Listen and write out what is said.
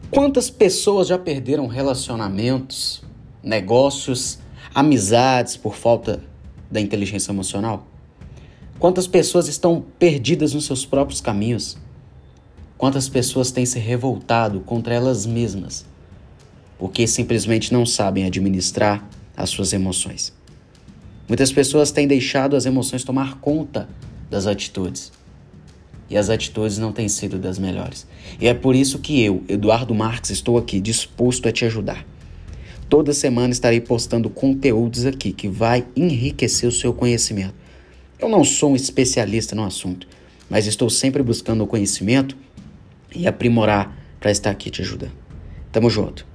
Quantas pessoas já perderam relacionamentos, negócios, amizades por falta da inteligência emocional? Quantas pessoas estão perdidas nos seus próprios caminhos? Quantas pessoas têm se revoltado contra elas mesmas porque simplesmente não sabem administrar as suas emoções? Muitas pessoas têm deixado as emoções tomar conta das atitudes. E as atitudes não têm sido das melhores. E é por isso que eu, Eduardo Marques, estou aqui disposto a te ajudar. Toda semana estarei postando conteúdos aqui que vai enriquecer o seu conhecimento. Eu não sou um especialista no assunto, mas estou sempre buscando o conhecimento e aprimorar para estar aqui te ajudando. Tamo junto.